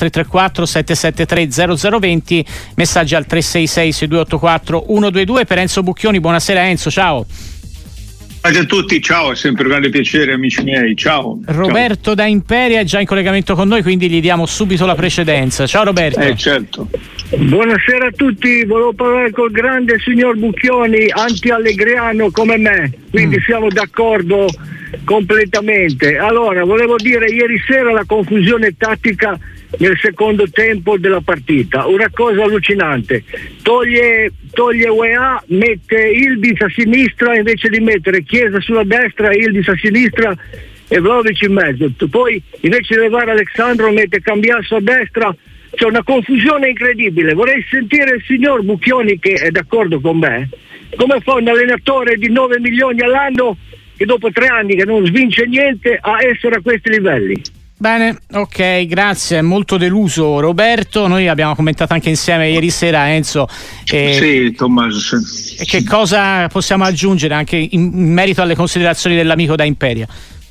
334 773 0020, messaggi al 366 6284 122. Per Enzo Bucchioni, buonasera Enzo, ciao. Ciao a tutti, ciao, è sempre un grande piacere amici miei, ciao. Roberto ciao. Da Imperia è già in collegamento con noi, quindi gli diamo subito la precedenza. Ciao Roberto. Certo. Buonasera a tutti, volevo parlare col grande signor Bucchioni, anti-allegriano come me, quindi siamo d'accordo completamente. Allora, volevo dire, ieri sera la confusione tattica nel secondo tempo della partita, una cosa allucinante, toglie UEA, mette Ildiz a sinistra invece di mettere Chiesa sulla destra, Ildiz a sinistra e Vlahovic in mezzo, poi invece di levare Alexandro mette Cambiasso a destra. C'è una confusione incredibile. Vorrei sentire il signor Bucchioni, che è d'accordo con me, come fa un allenatore di 9 milioni all'anno che dopo 3 anni che non svince niente a essere a questi livelli. Bene, ok, grazie, molto deluso Roberto. Noi abbiamo commentato anche insieme ieri sera, Enzo. Sì, Tommaso. Sì. Che cosa possiamo aggiungere anche in merito alle considerazioni dell'amico da Imperia?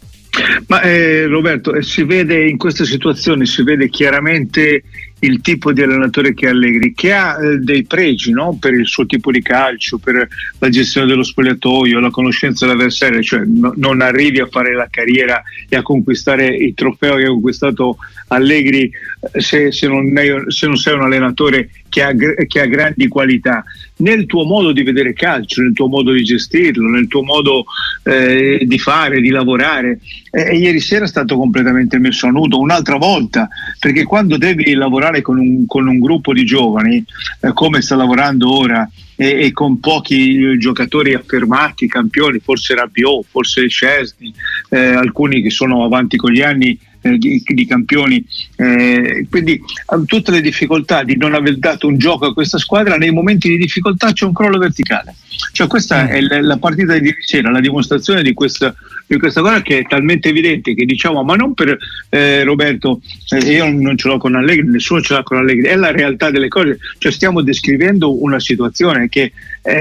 Ma Roberto, si vede in questa situazione, si vede chiaramente il tipo di allenatore che è Allegri, che ha dei pregi, no? Per il suo tipo di calcio, per la gestione dello spogliatoio, la conoscenza dell'avversario, cioè non arrivi a fare la carriera e a conquistare il trofeo che ha conquistato Allegri se non sei un allenatore che ha grandi qualità nel tuo modo di vedere calcio, nel tuo modo di gestirlo, nel tuo modo di fare, di lavorare. Ieri sera è stato completamente messo a nudo un'altra volta, perché quando devi lavorare con un gruppo di giovani come sta lavorando ora e con pochi giocatori affermati, campioni, forse Rabiot, forse Szczesny, alcuni che sono avanti con gli anni, di campioni, quindi tutte le difficoltà di non aver dato un gioco a questa squadra, nei momenti di difficoltà c'è un crollo verticale, cioè questa è la partita di ieri sera, la dimostrazione di questa cosa che è talmente evidente che diciamo, ma non per Roberto, io non ce l'ho con Allegri, nessuno ce l'ha con Allegri, è la realtà delle cose, cioè stiamo descrivendo una situazione che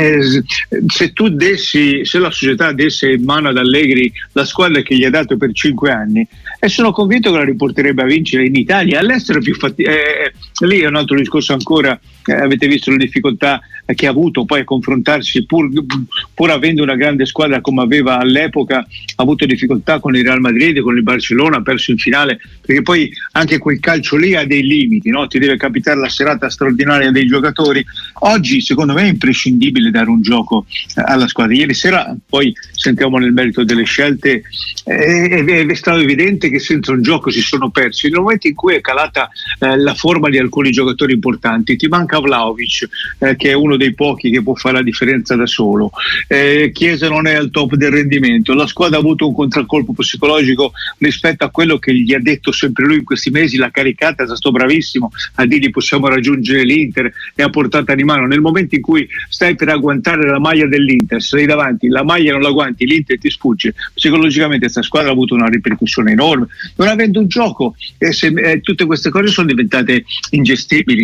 se la società desse in mano ad Allegri la squadra che gli ha dato per 5 anni, e sono convinto che la riporterebbe a vincere in Italia, all'estero più lì è un altro discorso ancora. Avete visto le difficoltà che ha avuto poi a confrontarsi, pur avendo una grande squadra come aveva all'epoca, ha avuto difficoltà con il Real Madrid, con il Barcellona, ha perso in finale, perché poi anche quel calcio lì ha dei limiti, no? Ti deve capitare la serata straordinaria dei giocatori. Oggi secondo me è imprescindibile dare un gioco alla squadra. Ieri sera poi sentiamo nel merito delle scelte, è stato evidente che senza un gioco si sono persi. Nel momento in cui è calata la forma di alcuni giocatori importanti, ti manca Vlahovic, che è uno dei pochi che può fare la differenza da solo, Chiesa non è al top del rendimento, la squadra ha avuto un contraccolpo psicologico rispetto a quello che gli ha detto sempre lui in questi mesi, l'ha caricata, è stato bravissimo a dirgli possiamo raggiungere l'Inter e a portata di mano. Nel momento in cui stai per agguantare la maglia dell'Inter, sei davanti, la maglia non la guanti, l'Inter ti sfugge, psicologicamente questa squadra ha avuto una ripercussione enorme, non avendo un gioco, tutte queste cose sono diventate ingestibili,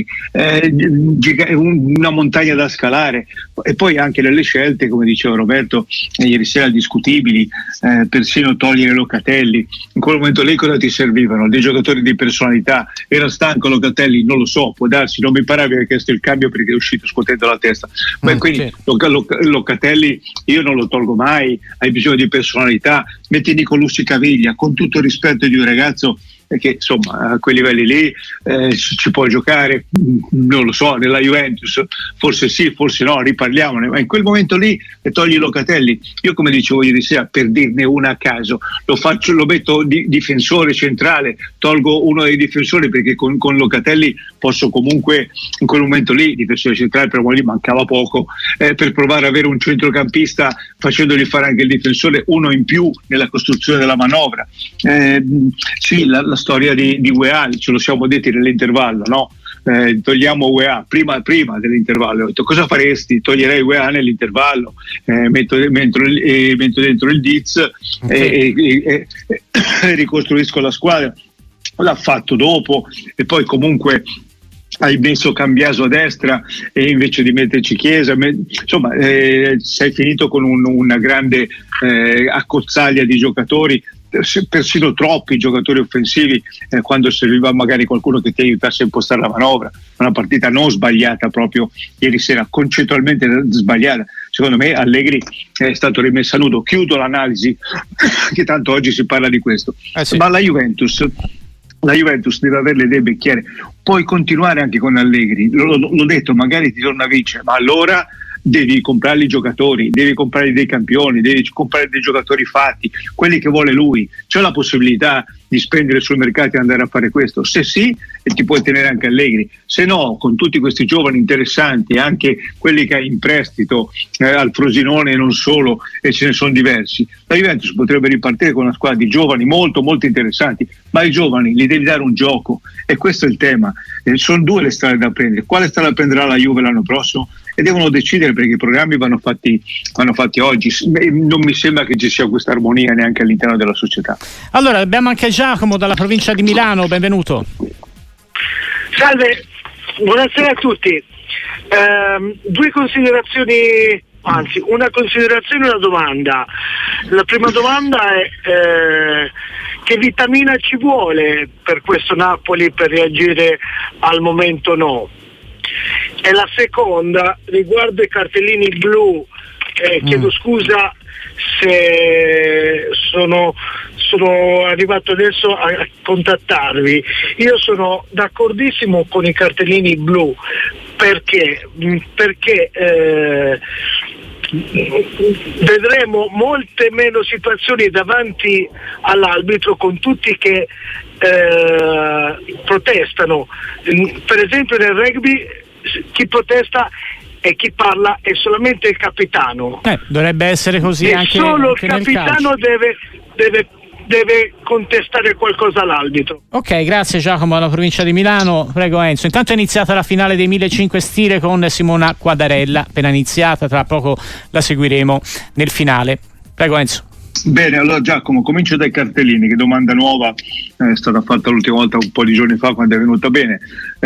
una montagna da scalare. E poi anche nelle scelte, come diceva Roberto ieri sera, discutibili, persino togliere Locatelli. In quel momento lì cosa ti servivano? Dei giocatori di personalità. Era stanco Locatelli? Non lo so, può darsi, non mi pare aver chiesto il cambio perché è uscito scuotendo la testa, quindi Locatelli io non lo tolgo mai, hai bisogno di personalità. Metti Nicolussi Caviglia, con tutto il rispetto di un ragazzo che insomma a quei livelli lì ci può giocare, non lo so, nella Juventus forse sì, forse no, riparliamone, ma in quel momento lì togli Locatelli. Io, come dicevo ieri sera, per dirne una a caso, lo metto difensore centrale, tolgo uno dei difensori perché con Locatelli posso comunque in quel momento lì, difensore centrale, però lì mancava poco, per provare ad avere un centrocampista facendogli fare anche il difensore, uno in più nella costruzione della manovra. Sì, la storia di UEA, ce lo siamo detti nell'intervallo, no? Togliamo UEA prima dell'intervallo. Ho detto, cosa faresti? Toglierei UEA nell'intervallo, metto dentro il Diz e ricostruisco la squadra. L'ha fatto dopo e poi comunque hai messo Cambiaso a destra e invece di metterci Chiesa, insomma sei finito con una grande accozzaglia di giocatori persino troppi giocatori offensivi quando serviva magari qualcuno che ti aiutasse a impostare la manovra. Una partita non sbagliata proprio ieri sera, concettualmente sbagliata. Secondo me Allegri è stato rimesso a nudo. Chiudo l'analisi che tanto oggi si parla di questo, sì. Ma la Juventus deve avere le idee ben chiare. Puoi continuare anche con Allegri, l'ho detto, magari ti torna a vincere, ma allora devi comprare i giocatori, devi comprare dei campioni, devi comprare dei giocatori fatti, quelli che vuole lui. C'è la possibilità di spendere sui mercati e andare a fare questo? Se sì, ti puoi tenere anche Allegri, se no con tutti questi giovani interessanti, anche quelli che hai in prestito al Frosinone e non solo, e ce ne sono diversi, la Juventus potrebbe ripartire con una squadra di giovani molto molto interessanti, ma i giovani li devi dare un gioco, e questo è il tema. Sono due le strade da prendere. Quale strada prenderà la Juve l'anno prossimo? E devono decidere, perché i programmi vanno fatti oggi. Non mi sembra che ci sia questa armonia neanche all'interno della società. Allora abbiamo anche Giacomo dalla provincia di Milano, benvenuto. Salve, buonasera a tutti. Due considerazioni, anzi una considerazione e una domanda. La prima domanda è che vitamina ci vuole per questo Napoli per reagire al momento no? E la seconda riguardo i cartellini blu, chiedo scusa se sono arrivato adesso a contattarvi. Io sono d'accordissimo con i cartellini blu perché vedremo molte meno situazioni davanti all'arbitro, con tutti che protestano. Per esempio nel rugby chi protesta e chi parla è solamente il capitano. Dovrebbe essere così, e anche solo anche il capitano deve contestare qualcosa all'arbitro. Ok, grazie Giacomo dalla provincia di Milano. Prego Enzo. Intanto è iniziata la finale dei 1500 stile con Simona Quadarella, appena iniziata, tra poco la seguiremo nel finale. Prego Enzo. Bene, allora Giacomo, comincio dai cartellini, che domanda nuova, è stata fatta l'ultima volta un po' di giorni fa quando è venuta bene.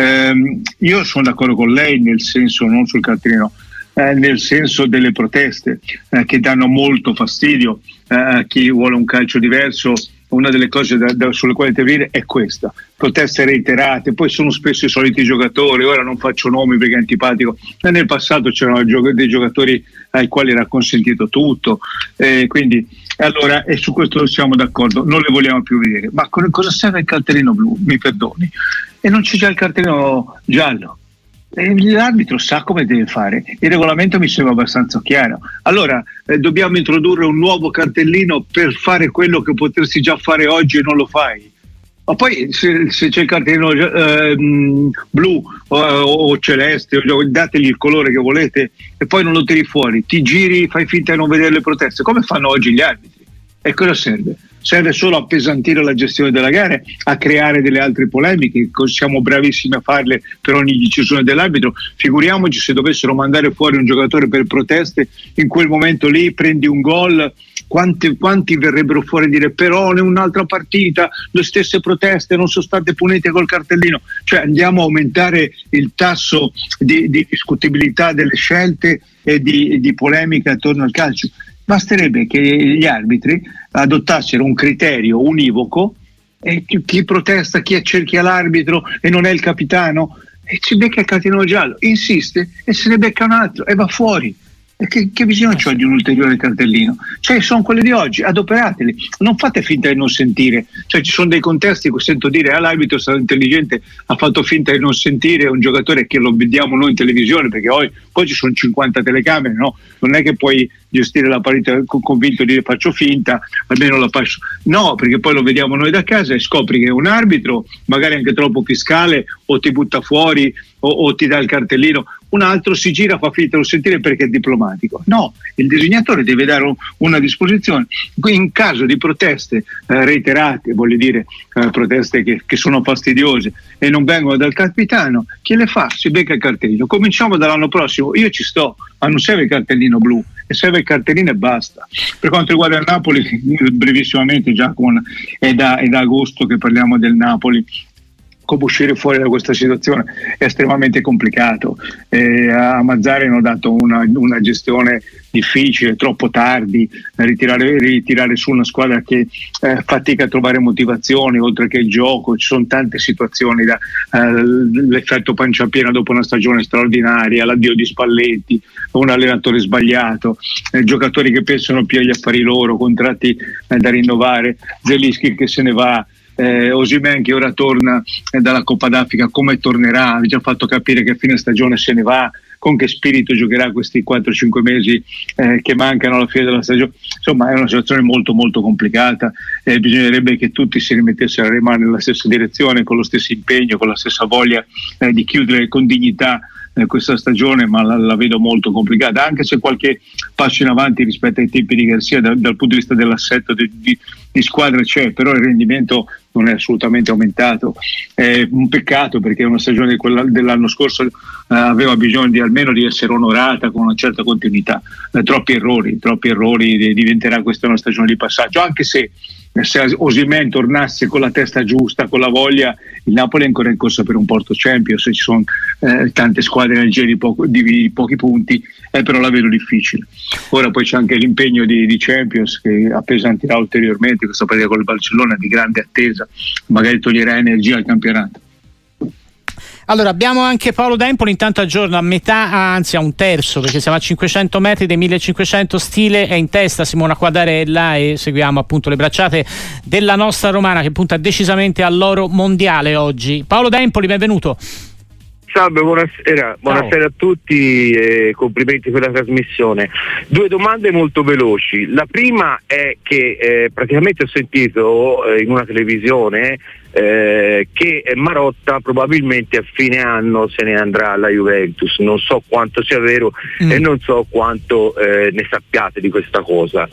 Io sono d'accordo con lei, nel senso, non sul cartellino, nel senso delle proteste che danno molto fastidio a chi vuole un calcio diverso. Una delle cose sulle quali intervenire è questa: proteste reiterate, poi sono spesso i soliti giocatori. Ora non faccio nomi perché è antipatico, ma nel passato c'erano dei giocatori ai quali era consentito tutto, quindi allora, e su questo siamo d'accordo, non le vogliamo più vedere. Ma cosa serve il cartellino blu? Mi perdoni, e non c'è già il cartellino giallo. L'arbitro sa come deve fare, il regolamento mi sembra abbastanza chiaro. Allora dobbiamo introdurre un nuovo cartellino per fare quello che potresti già fare oggi e non lo fai. Ma poi se c'è il cartellino blu o celeste, dategli il colore che volete e poi non lo tiri fuori, ti giri, fai finta di non vedere le proteste, come fanno oggi gli arbitri. E cosa serve? Serve solo a appesantire la gestione della gara, a creare delle altre polemiche. Siamo bravissimi a farle per ogni decisione dell'arbitro. Figuriamoci se dovessero mandare fuori un giocatore per proteste, in quel momento lì prendi un gol, quanti verrebbero fuori a dire però in un'altra partita le stesse proteste non sono state punite col cartellino. Cioè andiamo a aumentare il tasso di discutibilità delle scelte e di polemica attorno al calcio. Basterebbe che gli arbitri adottassero un criterio univoco e chi protesta, chi accerchia l'arbitro e non è il capitano, e si becca il cartellino giallo, insiste e se ne becca un altro e va fuori. E che bisogno c'è di un ulteriore cartellino? Cioè sono quelli di oggi, adoperateli, non fate finta di non sentire. Cioè ci sono dei contesti che sento dire l'arbitro è stato intelligente, ha fatto finta di non sentire un giocatore che lo vediamo noi in televisione, perché poi ci sono 50 telecamere, no? Non è che puoi gestire la partita convinto di dire faccio finta, almeno la faccio. No, perché poi lo vediamo noi da casa e scopri che è un arbitro, magari anche troppo fiscale, o ti butta fuori o ti dà il cartellino. Un altro si gira, fa finta di non sentire perché è diplomatico. No, il disegnatore deve dare una disposizione. In caso di proteste reiterate, voglio dire proteste che sono fastidiose e non vengono dal capitano, chi le fa? Si becca il cartellino. Cominciamo dall'anno prossimo, io ci sto, ma non serve il cartellino blu, e serve il cartellino e basta. Per quanto riguarda il Napoli, brevissimamente, Giacomo, è da agosto che parliamo del Napoli. come uscire fuori da questa situazione è estremamente complicato. A Mazzarri hanno dato una gestione difficile, troppo tardi, ritirare su una squadra che fatica a trovare motivazioni oltre che il gioco. Ci sono tante situazioni, l'effetto pancia piena dopo una stagione straordinaria, l'addio di Spalletti, un allenatore sbagliato, giocatori che pensano più agli affari loro, contratti da rinnovare, Zelinski che se ne va, Osimhen che ora torna dalla Coppa d'Africa, come tornerà? Ha già fatto capire che a fine stagione se ne va, con che spirito giocherà questi 4-5 mesi che mancano alla fine della stagione. Insomma, è una situazione molto molto complicata, bisognerebbe che tutti si rimettessero a remare nella stessa direzione, con lo stesso impegno, con la stessa voglia di chiudere con dignità questa stagione, ma la vedo molto complicata, anche se qualche passo in avanti rispetto ai tempi di Garcia dal punto di vista dell'assetto di squadra c'è, però il rendimento non è assolutamente aumentato. È un peccato, perché una stagione dell'anno scorso aveva bisogno almeno di essere onorata con una certa continuità. Troppi errori, diventerà questa una stagione di passaggio, anche se Osimhen tornasse con la testa giusta, con la voglia, il Napoli è ancora in corsa per un Porto Champions, ci sono tante squadre nel giro di pochi punti, però la vedo difficile. Ora poi c'è anche l'impegno di Champions che appesantirà ulteriormente questa partita con il Barcellona, di grande attesa, magari toglierà energia al campionato. Allora, abbiamo anche Paolo D'Empoli, intanto aggiorno a metà, anzi a un terzo, perché siamo a 500 metri dei 1500 stile, è in testa Simona Quadarella e seguiamo appunto le bracciate della nostra romana che punta decisamente all'oro mondiale oggi. Paolo D'Empoli, benvenuto. Salve, buonasera a tutti e complimenti per la trasmissione. Due domande molto veloci. La prima è che praticamente ho sentito in una televisione che Marotta probabilmente a fine anno se ne andrà alla Juventus. Non so quanto sia vero e non so quanto ne sappiate di questa cosa.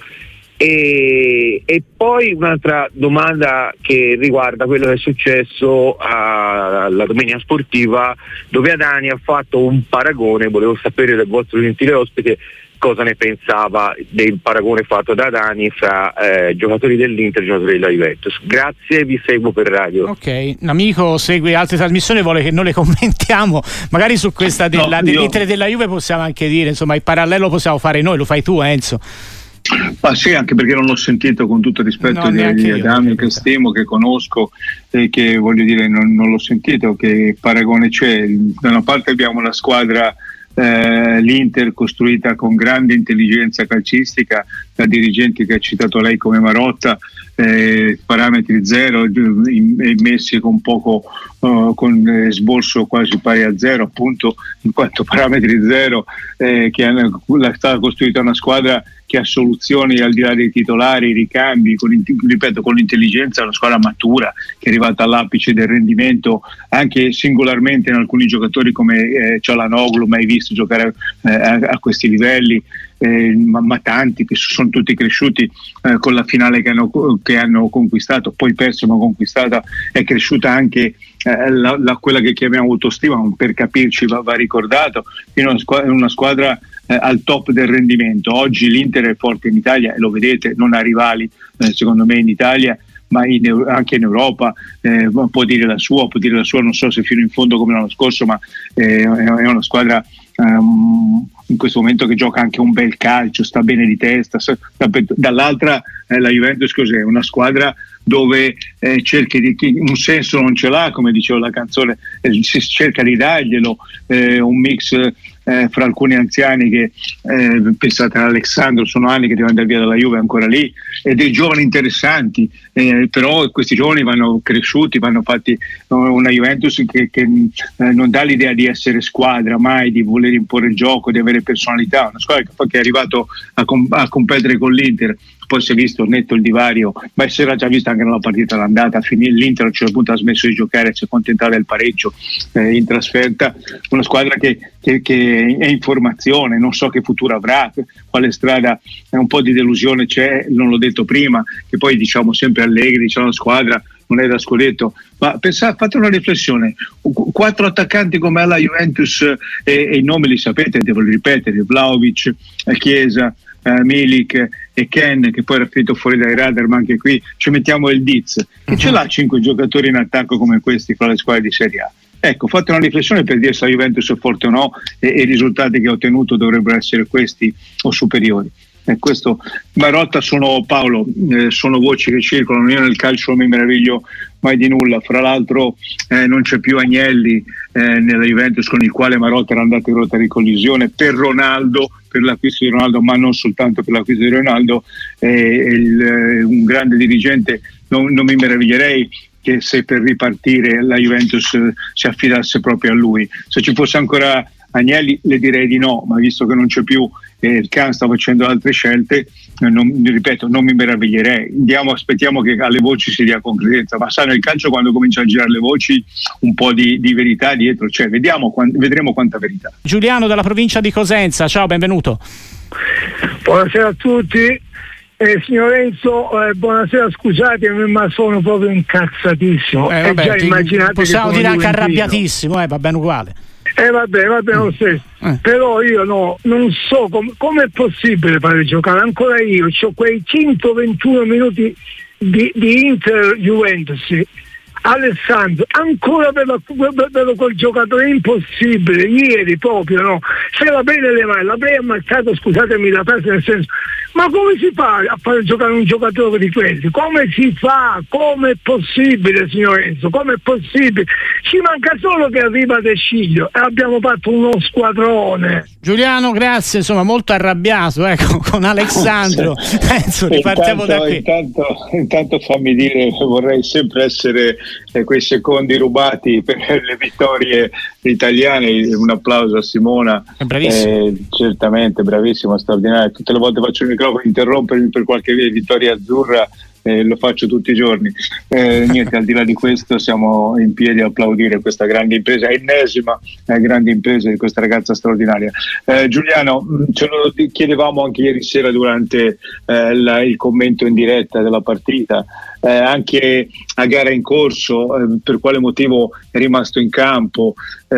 E poi un'altra domanda che riguarda quello che è successo alla Domenica Sportiva, dove Adani ha fatto un paragone. Volevo sapere dal vostro gentile ospite cosa ne pensava del paragone fatto da Adani fra giocatori dell'Inter e giocatori della Juventus. Grazie, vi seguo per radio. Ok, un amico segue altre trasmissioni, vuole che noi le commentiamo, magari su questa dell'Inter e della Juve possiamo anche dire, insomma, il parallelo possiamo fare noi, lo fai tu, Enzo. Ma sì, anche perché non l'ho sentito, con tutto il rispetto di Adami, che stimo, che conosco e che voglio dire non l'ho sentito. Che paragone c'è? Da una parte abbiamo la squadra l'Inter costruita con grande intelligenza calcistica da dirigenti che ha citato lei come Marotta, parametri zero messi con poco con sborso quasi pari a zero, appunto in quanto parametri zero, che è stata costruita una squadra che ha soluzioni al di là dei titolari, ricambi, con l'intelligenza, una squadra matura che è arrivata all'apice del rendimento anche singolarmente in alcuni giocatori come Çalhanoğlu, mai visto giocare a questi livelli, ma tanti che sono tutti cresciuti con la finale che hanno conquistato, poi perso ma conquistata. È cresciuta anche quella che chiamiamo autostima, per capirci va ricordato, in una squadra al top del rendimento. Oggi l'Inter è forte in Italia e lo vedete, non ha rivali secondo me in Italia, ma anche in Europa, può dire la sua, non so se fino in fondo come l'anno scorso, ma è una squadra in questo momento che gioca anche un bel calcio, sta bene di testa. Dall'altra la Juventus cos'è? Una squadra dove un senso non ce l'ha, come diceva la canzone, si cerca di darglielo, un mix fra alcuni anziani che pensate ad Alessandro, sono anni che deve andare via dalla Juve, è ancora lì, e dei giovani interessanti, però questi giovani vanno cresciuti, vanno fatti. Una Juventus che non dà l'idea di essere squadra mai, di voler imporre il gioco, di avere personalità, una squadra che è arrivato a competere con l'Inter. Poi si è visto netto il divario, ma si era già visto anche nella partita d'andata. L'Inter a un certo punto ha smesso di giocare, si è accontentata del pareggio in trasferta. Una squadra che è in formazione, non so che futuro avrà, quale strada, un po' di delusione c'è, non l'ho detto prima, che poi diciamo sempre allegri, diciamo la squadra non è da scudetto, ma fate una riflessione: 4 attaccanti come alla Juventus, e i nomi li sapete, devo ripetere: Vlahovic, Chiesa, Milik e Ken, che poi era finito fuori dai radar, ma anche qui ci mettiamo il Diz, che ce l'ha 5 giocatori in attacco come questi fra le squadre di Serie A. Ecco, fate una riflessione per dire se la Juventus è forte o no, e i risultati che ha ottenuto dovrebbero essere questi o superiori. Questo Marotta sono voci che circolano. Io nel calcio non mi meraviglio mai di nulla. Fra l'altro non c'è più Agnelli nella Juventus, con il quale Marotta era andato in rotta di collisione per Ronaldo, per l'acquisto di Ronaldo, ma non soltanto per l'acquisto di Ronaldo. Un grande dirigente, non mi meraviglierei che se per ripartire la Juventus si affidasse proprio a lui. Se ci fosse ancora Agnelli le direi di no, ma visto che non c'è più il Can sta facendo altre scelte, non mi meraviglierei. Aspettiamo che alle voci si dia concretezza, ma sai, nel calcio quando comincia a girare le voci un po' di verità dietro c'è, vedremo quanta verità. Giuliano dalla provincia di Cosenza, ciao, benvenuto. Buonasera a tutti. Signor Enzo, buonasera, scusatemi, ma sono proprio incazzatissimo. Già immaginate, possiamo dire anche arrabbiatissimo, va bene uguale. Vabbè lo stesso. Però io non so come è possibile fare giocare ancora io. Ho quei 121 minuti di Inter Juventus. Alessandro, ancora per quel giocatore, impossibile. Ieri proprio se la prende le mani, l'avrei ammazzato, scusatemi la frase, nel senso, ma come si fa a fare giocare un giocatore di questi? Come si fa? Come è possibile, signor Enzo? Come è possibile? Ci manca solo che arriva De Sciglio e abbiamo fatto uno squadrone. Giuliano, grazie, insomma, molto arrabbiato con Alessandro. Penso ripartiamo da qui. Intanto fammi dire, vorrei sempre essere quei secondi rubati per le vittorie italiane. Un applauso a Simona, certamente bravissima, straordinaria. Tutte le volte faccio il microfono, interrompermi per qualche vittoria azzurra, lo faccio tutti i giorni. Niente, al di là di questo siamo in piedi a applaudire questa grande impresa, ennesima grande impresa di questa ragazza straordinaria. Giuliano, ce lo chiedevamo anche ieri sera durante il commento in diretta della partita, anche a gara in corso, per quale motivo è rimasto in campo,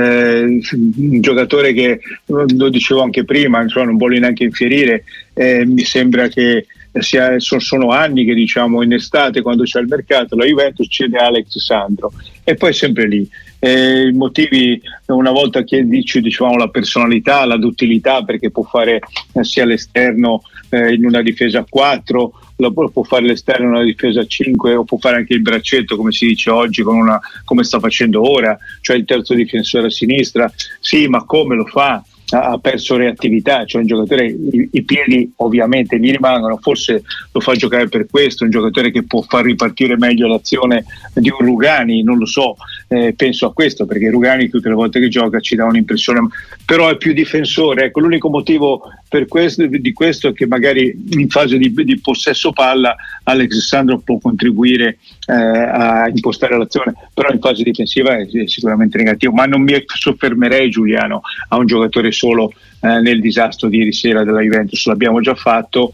un giocatore che, lo dicevo anche prima, insomma, non voglio neanche infierire, mi sembra che sono anni che, diciamo, in estate, quando c'è il mercato, la Juventus cede a Alex Sandro e poi è sempre lì. I motivi, una volta che dicevamo la personalità, la duttilità, perché può fare sia l'esterno in una difesa a 4, può fare l'esterno in una difesa a 5, o può fare anche il braccetto, come si dice oggi, come sta facendo ora, cioè il terzo difensore a sinistra. Sì, ma come lo fa? Ha perso reattività, cioè un giocatore, i piedi ovviamente gli rimangono, forse lo fa giocare per questo, un giocatore che può far ripartire meglio l'azione di un Rugani, non lo so, penso a questo, perché Rugani tutte le volte che gioca ci dà un'impressione, però è più difensore. Ecco, l'unico motivo di questo è che magari in fase di possesso palla Alex Sandro può contribuire a impostare l'azione, però in fase difensiva è sicuramente negativo. Ma non mi soffermerei, Giuliano, a un giocatore solo nel disastro di ieri sera della Juventus, l'abbiamo già fatto,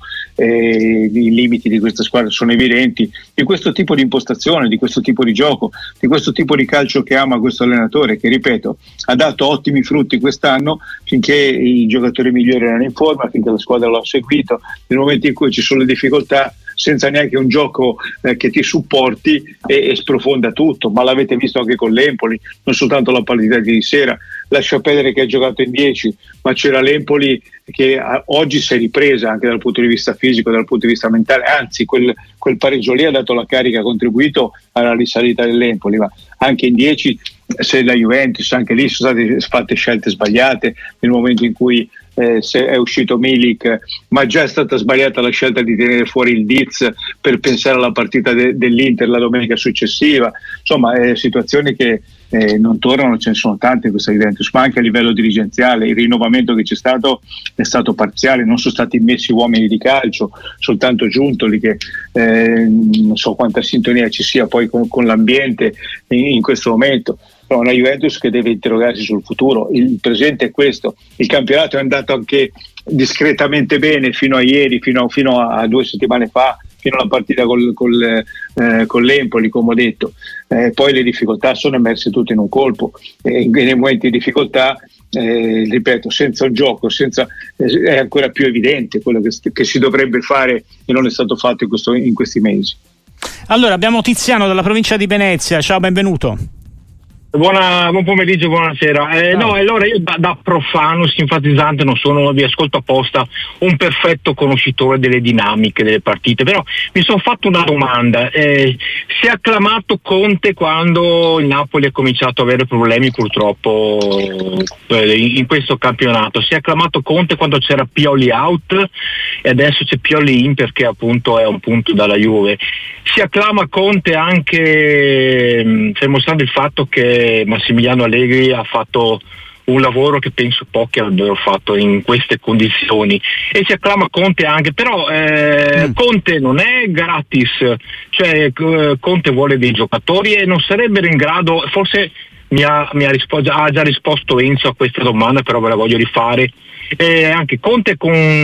i limiti di questa squadra sono evidenti, di questo tipo di impostazione, di questo tipo di gioco, di questo tipo di calcio che ama questo allenatore, che, ripeto, ha dato ottimi frutti quest'anno finché i giocatori migliori erano in forma, finché la squadra lo ha seguito. Nel momento in cui ci sono le difficoltà, senza neanche un gioco che ti supporti, e sprofonda tutto. Ma l'avete visto anche con l'Empoli, non soltanto la partita di ieri sera. Lascia perdere che ha giocato in 10, ma c'era l'Empoli che oggi si è ripresa anche dal punto di vista fisico, dal punto di vista mentale, anzi quel pareggio lì ha dato la carica, ha contribuito alla risalita dell'Empoli. Ma anche in 10, se la Juventus, anche lì sono state fatte scelte sbagliate nel momento in cui è uscito Milik, ma già è stata sbagliata la scelta di tenere fuori il Diz per pensare alla partita dell'Inter la domenica successiva. Insomma, situazioni che non tornano, ce ne sono tante in questa Juventus, ma anche a livello dirigenziale il rinnovamento che c'è stato è stato parziale, non sono stati immessi uomini di calcio, soltanto Giuntoli, che non so quanta sintonia ci sia poi con l'ambiente in questo momento. Però una Juventus che deve interrogarsi sul futuro. Il presente è questo. Il campionato è andato anche discretamente bene fino a ieri, fino a 2 settimane fa, fino alla partita con l'Empoli, come ho detto. Poi le difficoltà sono emerse tutte in un colpo, e nei momenti di difficoltà ripeto, senza un gioco, è ancora più evidente quello che si dovrebbe fare e non è stato fatto in questi mesi. Allora abbiamo Tiziano dalla provincia di Venezia, ciao, benvenuto. Buon pomeriggio, buonasera. No, allora io da profano simpatizzante non vi ascolto apposta un perfetto conoscitore delle dinamiche delle partite, però mi sono fatto una domanda. Si è acclamato Conte quando il Napoli ha cominciato ad avere problemi purtroppo in questo campionato, si è acclamato Conte quando c'era Pioli out e adesso c'è Pioli in perché appunto è un punto dalla Juve. Si acclama Conte anche fermo stando il fatto che Massimiliano Allegri ha fatto un lavoro che penso pochi avrebbero fatto in queste condizioni, e si acclama Conte anche, però Conte non è gratis, cioè Conte vuole dei giocatori e non sarebbero in grado, forse ha già risposto Enzo a questa domanda, però ve la voglio rifare. Anche Conte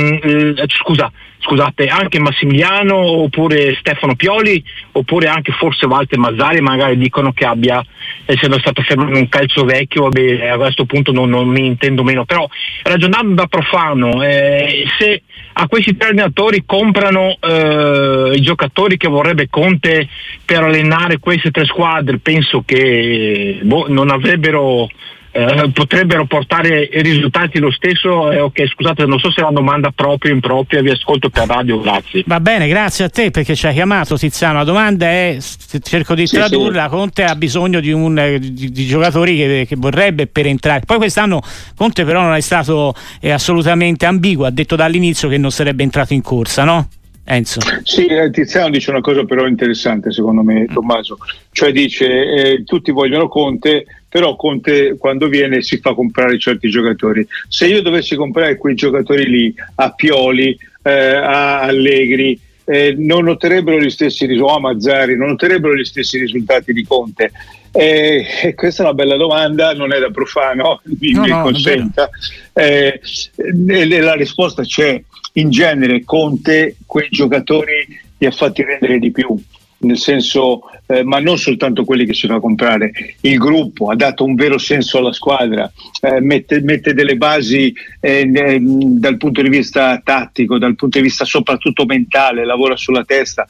scusate, anche Massimiliano oppure Stefano Pioli oppure anche forse Walter Mazzarri magari dicono che abbia, essendo stato fermo in un calcio vecchio, vabbè, a questo punto non mi intendo meno, però ragionando da profano, se a questi tre allenatori comprano i giocatori che vorrebbe Conte per allenare queste tre squadre, penso che non avrebbero potrebbero portare risultati lo stesso. Ok, scusate, non so se è una domanda proprio o impropria, vi ascolto per radio, grazie. Va bene, grazie a te perché ci hai chiamato, Tiziano. La domanda è, cerco di tradurla, Conte ha bisogno di giocatori che vorrebbe per entrare. Poi quest'anno Conte però non è stato assolutamente ambiguo, ha detto dall'inizio che non sarebbe entrato in corsa, no? Enzo. Sì, Tiziano dice una cosa però interessante secondo me, Tommaso, cioè dice tutti vogliono Conte, però Conte quando viene si fa comprare certi giocatori. Se io dovessi comprare quei giocatori lì a Pioli, a Allegri, non otterrebbero gli stessi risultati, a Mazzarri, non otterrebbero gli stessi risultati di Conte. Questa è una bella domanda, non è da profano, mi consenta. La risposta c'è. In genere Conte quei giocatori li ha fatti rendere di più, nel senso, ma non soltanto quelli che si fa comprare, il gruppo ha dato un vero senso alla squadra, mette delle basi dal punto di vista tattico, dal punto di vista soprattutto mentale, lavora sulla testa.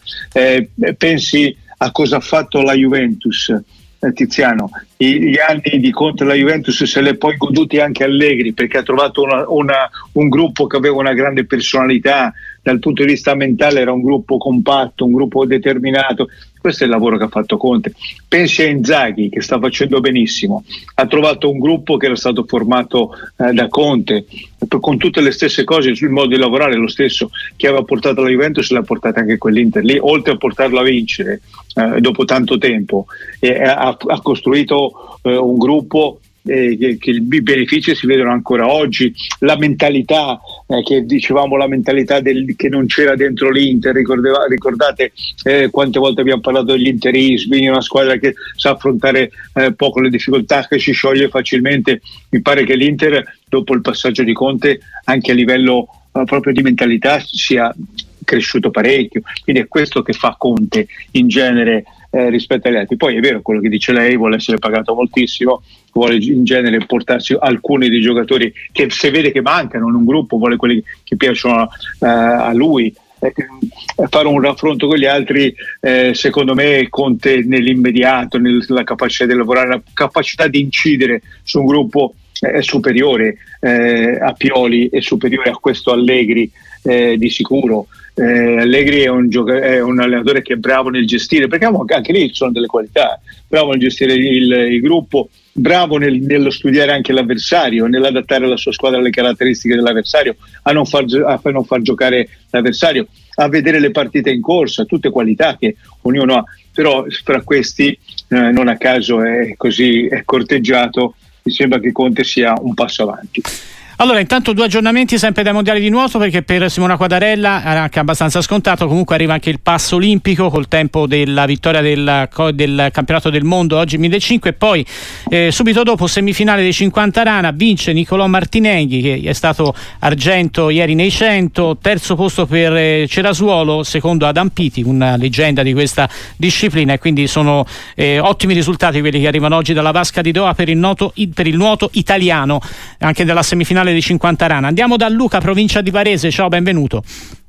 Pensi a cosa ha fatto la Juventus, Tiziano, gli anni di Conte alla Juventus se li è poi goduti anche Allegri, perché ha trovato un gruppo che aveva una grande personalità, dal punto di vista mentale era un gruppo compatto, un gruppo determinato. Questo è il lavoro che ha fatto Conte. Pensi a Inzaghi, che sta facendo benissimo, ha trovato un gruppo che era stato formato da Conte, con tutte le stesse cose, il modo di lavorare lo stesso che aveva portato la Juventus, l'ha portata anche quell'Inter lì, oltre a portarla a vincere dopo tanto tempo, ha costruito un gruppo che i benefici si vedono ancora oggi. La mentalità che dicevamo, la mentalità che non c'era dentro l'Inter, ricordate quante volte abbiamo parlato degli interismi, una squadra che sa affrontare poco le difficoltà, che si scioglie facilmente. Mi pare che l'Inter dopo il passaggio di Conte anche a livello proprio di mentalità sia cresciuto parecchio, quindi è questo che fa Conte in genere rispetto agli altri. Poi è vero quello che dice lei, vuole essere pagato moltissimo, vuole in genere portarsi alcuni dei giocatori che se vede che mancano in un gruppo, vuole quelli che piacciono a lui. Fare un raffronto con gli altri, secondo me Conte nell'immediato, nella capacità di lavorare, la capacità di incidere su un gruppo è superiore a Pioli, è superiore a questo Allegri di sicuro. Allegri è un allenatore che è bravo nel gestire, perché anche lì ci sono delle qualità, bravo nel gestire il gruppo, bravo nello studiare anche l'avversario, nell'adattare la sua squadra alle caratteristiche dell'avversario, a non far giocare l'avversario, a vedere le partite in corsa, tutte qualità che ognuno ha, però fra questi non a caso è corteggiato. Mi sembra che Conte sia un passo avanti. Allora, intanto 2 aggiornamenti sempre dai mondiali di nuoto, perché per Simona Quadarella era anche abbastanza scontato, comunque arriva anche il passo olimpico col tempo della vittoria del campionato del mondo oggi 1500, e poi subito dopo semifinale dei 50 rana vince Nicolò Martinenghi, che è stato argento ieri nei 100, terzo posto per Cerasuolo, secondo Adam Piti, una leggenda di questa disciplina, e quindi sono ottimi risultati quelli che arrivano oggi dalla vasca di Doha per il nuoto italiano, anche della semifinale dei 50 rana. Andiamo da Luca, provincia di Varese. Ciao, benvenuto.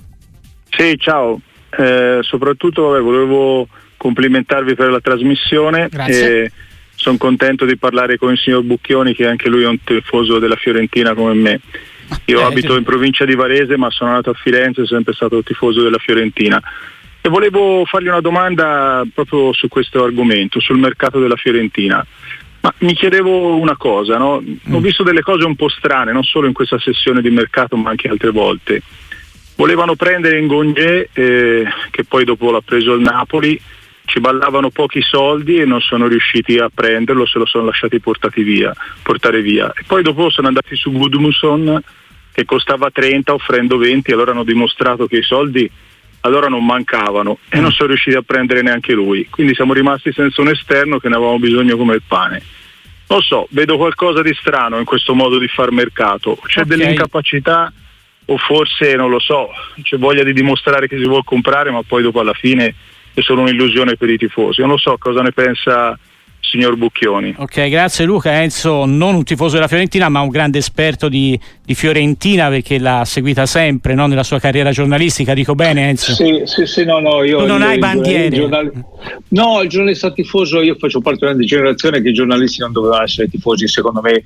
Sì, ciao. Soprattutto volevo complimentarvi per la trasmissione. Grazie. Sono contento di parlare con il signor Bucchioni, che anche lui è un tifoso della Fiorentina come me. Io abito in provincia di Varese, ma sono nato a Firenze e sempre stato tifoso della Fiorentina. E volevo fargli una domanda proprio su questo argomento, sul mercato della Fiorentina. Ma mi chiedevo una cosa, no? Ho visto delle cose un po' strane, non solo in questa sessione di mercato, ma anche altre volte. Volevano prendere Ngonge, che poi dopo l'ha preso il Napoli, ci ballavano pochi soldi e non sono riusciti a prenderlo, se lo sono lasciati portare via. E poi dopo sono andati su Gudmundsson, che costava 30 offrendo 20, allora hanno dimostrato che i soldi allora non mancavano e non sono riusciti a prendere neanche lui, quindi siamo rimasti senza un esterno che ne avevamo bisogno come il pane. Non so, vedo qualcosa di strano in questo modo di far mercato, c'è dell'incapacità o forse, non lo so, c'è voglia di dimostrare che si vuol comprare, ma poi dopo alla fine è solo un'illusione per i tifosi. Non lo so cosa ne pensa signor Bucchioni. Ok, grazie Luca. Enzo, non un tifoso della Fiorentina, ma un grande esperto di Fiorentina, perché l'ha seguita sempre, no? Nella sua carriera giornalistica. Dico bene, Enzo? Sì, no, io tu non hai bandiere. No, il giornalista tifoso, io faccio parte di una generazione che i giornalisti non dovevano essere tifosi, secondo me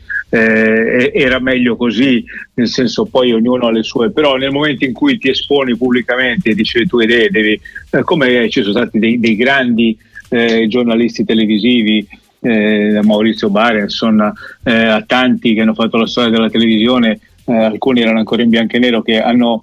era meglio così, nel senso, poi ognuno ha le sue, però nel momento in cui ti esponi pubblicamente e dici le tue idee, devi, come ci sono stati dei grandi giornalisti televisivi, da Maurizio Barenson a tanti che hanno fatto la storia della televisione, alcuni erano ancora in bianco e nero, che hanno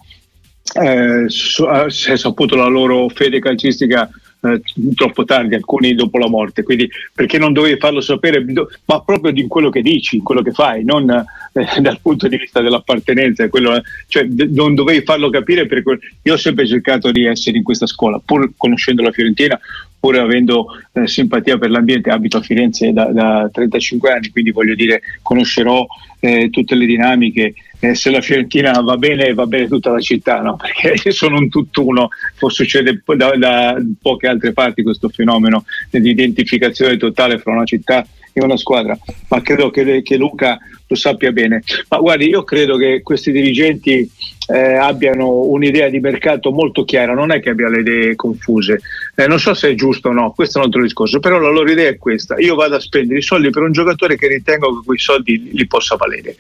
saputo la loro fede calcistica troppo tardi, alcuni dopo la morte, quindi perché non dovevi farlo sapere, ma proprio di quello che dici, quello che fai, non dal punto di vista dell'appartenenza, cioè non dovevi farlo capire. Io ho sempre cercato di essere in questa scuola, pur conoscendo la Fiorentina, pur avendo simpatia per l'ambiente. Abito a Firenze da 35 anni, quindi voglio dire, conoscerò tutte le dinamiche. Se la Fiorentina va bene tutta la città, no? Perché sono un tutt'uno. Succede da poche altre parti questo fenomeno di identificazione totale fra una città e una squadra, ma credo che Luca lo sappia bene. Ma guardi, io credo che questi dirigenti abbiano un'idea di mercato molto chiara, non è che abbiano le idee confuse. Non so se è giusto o no, questo è un altro discorso, però la loro idea è questa: io vado a spendere i soldi per un giocatore che ritengo che quei soldi li possa valere,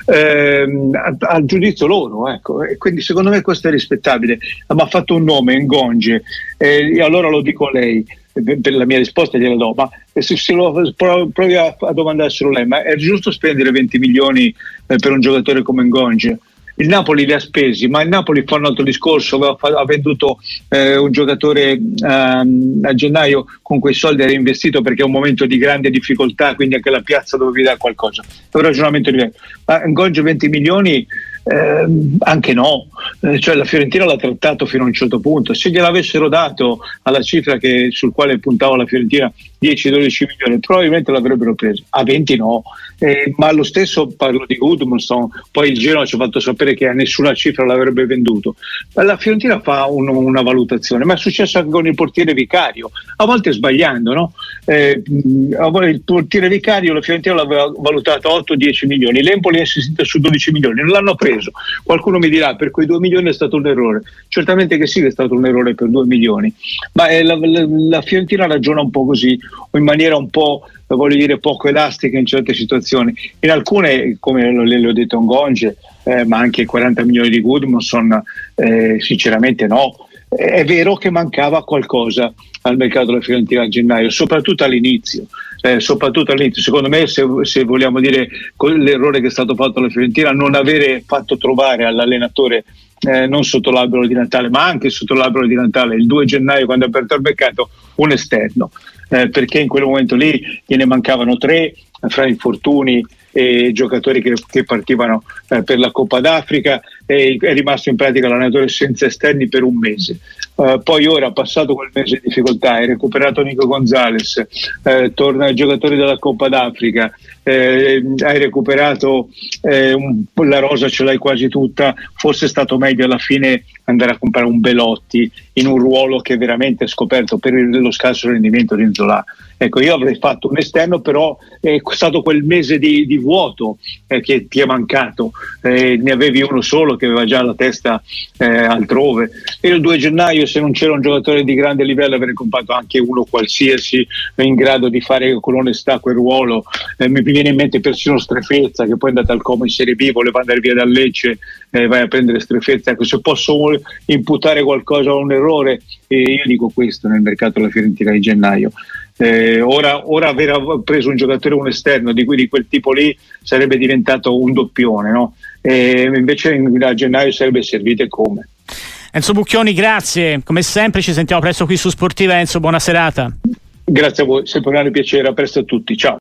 al giudizio loro, ecco. E quindi secondo me questo è rispettabile. Ma ha fatto un nome, Ngonge, io allora lo dico a lei, per la mia risposta gliela do, ma se provi a domandarselo lei, ma è giusto spendere 20 milioni per un giocatore come Ngonge? Il Napoli li ha spesi, ma il Napoli fa un altro discorso, ha venduto un giocatore a gennaio, con quei soldi era investito perché è un momento di grande difficoltà, quindi anche la piazza dovevi dare qualcosa. È un ragionamento diverso. Ma Ngonge 20 milioni anche no, cioè la Fiorentina l'ha trattato fino a un certo punto. Se gliel'avessero dato alla cifra sul quale puntava la Fiorentina, 10-12 milioni, probabilmente l'avrebbero preso. A 20 no, ma lo stesso parlo di Gudmundsson. Poi il Genoa ci ha fatto sapere che a nessuna cifra l'avrebbe venduto. La Fiorentina fa una valutazione, ma è successo anche con il portiere Vicario, a volte sbagliando, no? Il portiere Vicario la Fiorentina l'aveva valutato a 8-10 milioni, l'Empoli è insistito su 12 milioni, non l'hanno preso. Qualcuno mi dirà, per quei 2 milioni è stato un errore. Certamente che sì, è stato un errore per 2 milioni, ma la Fiorentina ragiona un po' così, o in maniera un po', voglio dire, poco elastica in certe situazioni. In alcune, come le ho detto, Ngonge, ma anche 40 milioni di Gudmundsson, sinceramente no. È vero che mancava qualcosa al mercato della Fiorentina a gennaio, soprattutto all'inizio. Secondo me, se vogliamo dire l'errore che è stato fatto alla Fiorentina, non avere fatto trovare all'allenatore, non sotto l'albero di Natale, ma anche sotto l'albero di Natale, il 2 gennaio, quando ha aperto il mercato, un esterno, perché in quel momento lì gliene mancavano 3 fra infortuni e giocatori che partivano per la Coppa d'Africa, e è rimasto in pratica l'allenatore senza esterni per un mese. Poi ora, passato quel mese di difficoltà, hai recuperato Nico Gonzalez, torna i giocatori della Coppa d'Africa, hai recuperato la rosa, ce l'hai quasi tutta. Forse è stato meglio alla fine andare a comprare un Belotti in un ruolo che veramente è scoperto per lo scarso rendimento di Nzola. Ecco, io avrei fatto un esterno, però è stato quel mese di vuoto che ti è mancato, ne avevi uno solo che aveva già la testa altrove, e il 2 gennaio, se non c'era un giocatore di grande livello, avrei comprato anche uno qualsiasi in grado di fare con onestà quel ruolo. Mi viene in mente persino Strefezza, che poi è andato al Como in Serie B, voleva andare via dal Lecce, vai a prendere Strefezza. Ecco, se posso imputare qualcosa a un errore, io dico questo nel mercato della Fiorentina di gennaio. Ora aver preso un giocatore, un esterno di quel tipo lì, sarebbe diventato un doppione, no? Invece a gennaio sarebbe servito come. Enzo Bucchioni, grazie, come sempre ci sentiamo presto qui su Sportiva. Enzo, buona serata. Grazie a voi, sempre un grande piacere, a presto a tutti, ciao.